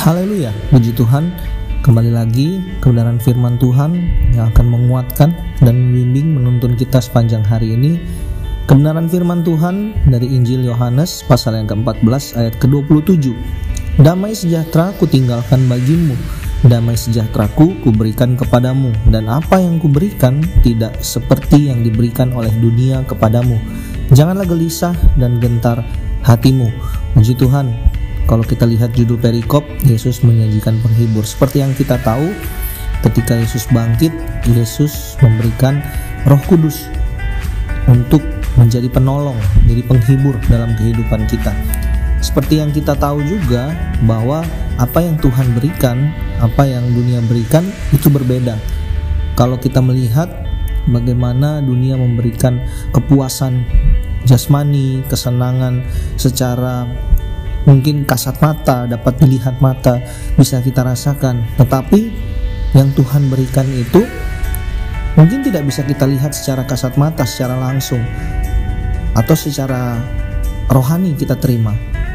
Haleluya, puji Tuhan. Kembali lagi kebenaran firman Tuhan yang akan menguatkan dan membimbing menuntun kita sepanjang hari ini. Kebenaran firman Tuhan dari Injil Yohanes pasal yang ke-14 ayat ke-27. Damai sejahtera kutinggalkan bagimu, damai sejahteraku kuberikan kepadamu, dan apa yang kuberikan tidak seperti yang diberikan oleh dunia kepadamu. Janganlah gelisah dan gentar hatimu. Puji Tuhan. Kalau kita lihat judul perikop, Yesus menyajikan penghibur. Seperti yang kita tahu, ketika Yesus bangkit, Yesus memberikan Roh Kudus untuk menjadi penolong, menjadi penghibur dalam kehidupan kita. Seperti yang kita tahu juga bahwa apa yang Tuhan berikan, apa yang dunia berikan itu berbeda. Kalau kita melihat bagaimana dunia memberikan kepuasan jasmani, kesenangan secara mungkin kasat mata, dapat dilihat mata, bisa kita rasakan. Tetapi yang Tuhan berikan itu mungkin tidak bisa kita lihat secara kasat mata, secara langsung, atau secara rohani kita terima.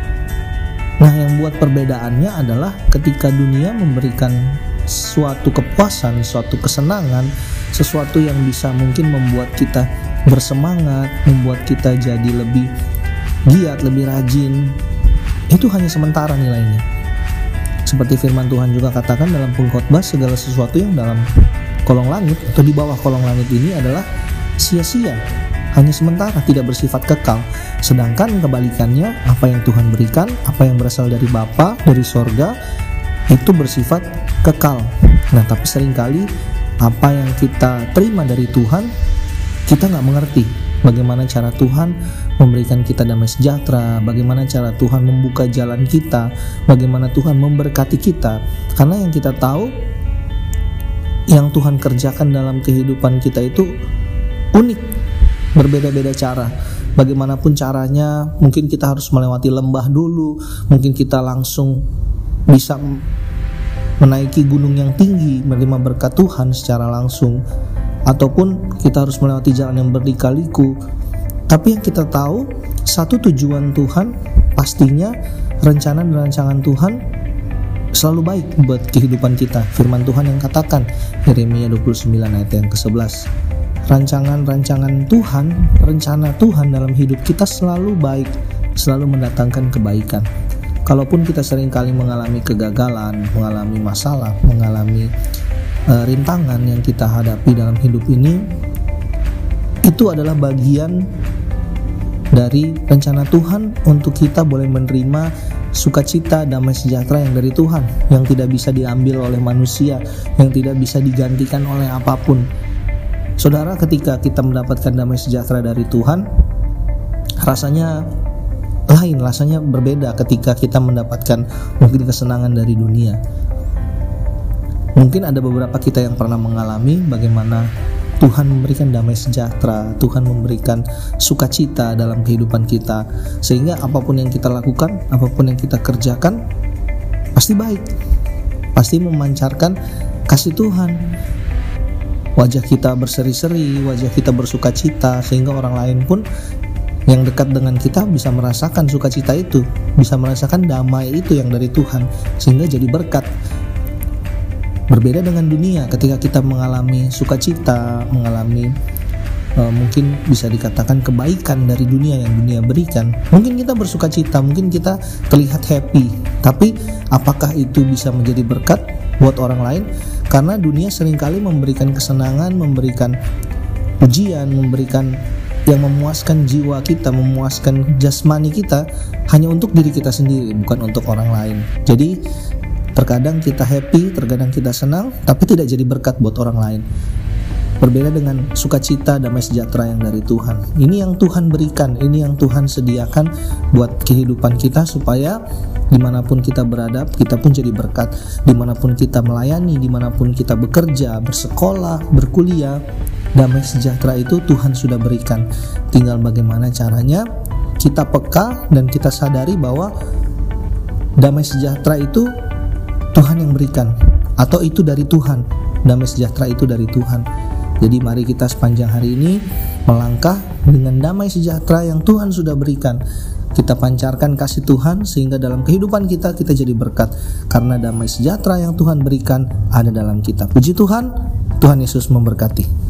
Nah, yang buat perbedaannya adalah ketika dunia memberikan suatu kepuasan, suatu kesenangan, sesuatu yang bisa mungkin membuat kita bersemangat, membuat kita jadi lebih giat, lebih rajin, itu hanya sementara nilainya. Seperti firman Tuhan juga katakan dalam pengkhotbah, segala sesuatu yang dalam kolong langit atau di bawah kolong langit ini adalah sia-sia, hanya sementara, tidak bersifat kekal. Sedangkan kebalikannya, apa yang Tuhan berikan, apa yang berasal dari Bapa, dari sorga, itu bersifat kekal. Nah, tapi seringkali apa yang kita terima dari Tuhan, kita gak mengerti bagaimana cara Tuhan memberikan kita damai sejahtera, bagaimana cara Tuhan membuka jalan kita, bagaimana Tuhan memberkati kita. Karena yang kita tahu, yang Tuhan kerjakan dalam kehidupan kita itu unik, berbeda-beda cara. Bagaimanapun caranya, mungkin kita harus melewati lembah dulu, mungkin kita langsung bisa menaiki gunung yang tinggi, menerima berkat Tuhan secara langsung, ataupun kita harus melewati jalan yang berliku-liku. Tapi yang kita tahu, satu tujuan Tuhan, pastinya rencana dan rancangan Tuhan selalu baik buat kehidupan kita. Firman Tuhan yang katakan, Yeremia 29 ayat yang ke-11, rancangan-rancangan Tuhan, rencana Tuhan dalam hidup kita selalu baik, selalu mendatangkan kebaikan. Kalaupun kita seringkali mengalami kegagalan, mengalami masalah, mengalami rintangan yang kita hadapi dalam hidup ini, itu adalah bagian dari rencana Tuhan untuk kita boleh menerima sukacita, damai sejahtera yang dari Tuhan, yang tidak bisa diambil oleh manusia, yang tidak bisa digantikan oleh apapun. Saudara, ketika kita mendapatkan damai sejahtera dari Tuhan, rasanya lain, rasanya berbeda ketika kita mendapatkan mungkin kesenangan dari dunia. Mungkin ada beberapa kita yang pernah mengalami bagaimana Tuhan memberikan damai sejahtera, Tuhan memberikan sukacita dalam kehidupan kita, sehingga apapun yang kita lakukan, apapun yang kita kerjakan, pasti baik, pasti memancarkan kasih Tuhan. Wajah kita berseri-seri, wajah kita bersukacita, sehingga orang lain pun yang dekat dengan kita bisa merasakan sukacita itu, bisa merasakan damai itu yang dari Tuhan, sehingga jadi berkat. Berbeda dengan dunia, ketika kita mengalami sukacita, mengalami mungkin bisa dikatakan kebaikan dari dunia yang dunia berikan, mungkin kita bersukacita, mungkin kita terlihat happy, tapi apakah itu bisa menjadi berkat buat orang lain? Karena dunia seringkali memberikan kesenangan, memberikan pujian, memberikan yang memuaskan jiwa kita, memuaskan jasmani kita hanya untuk diri kita sendiri, bukan untuk orang lain. Jadi terkadang kita happy, terkadang kita senang, tapi tidak jadi berkat buat orang lain. Berbeda dengan sukacita, damai sejahtera yang dari Tuhan. Ini yang Tuhan berikan, ini yang Tuhan sediakan buat kehidupan kita, supaya dimanapun kita berada, kita pun jadi berkat. Dimanapun kita melayani, dimanapun kita bekerja, bersekolah, berkuliah, damai sejahtera itu Tuhan sudah berikan. Tinggal bagaimana caranya kita peka dan kita sadari bahwa damai sejahtera itu Tuhan yang berikan, atau itu dari Tuhan. Damai sejahtera itu dari Tuhan. Jadi mari kita sepanjang hari ini melangkah dengan damai sejahtera yang Tuhan sudah berikan. kita pancarkan kasih Tuhan sehingga dalam kehidupan kita jadi berkat, karena damai sejahtera yang Tuhan berikan ada dalam kita. Puji Tuhan, Tuhan Yesus memberkati.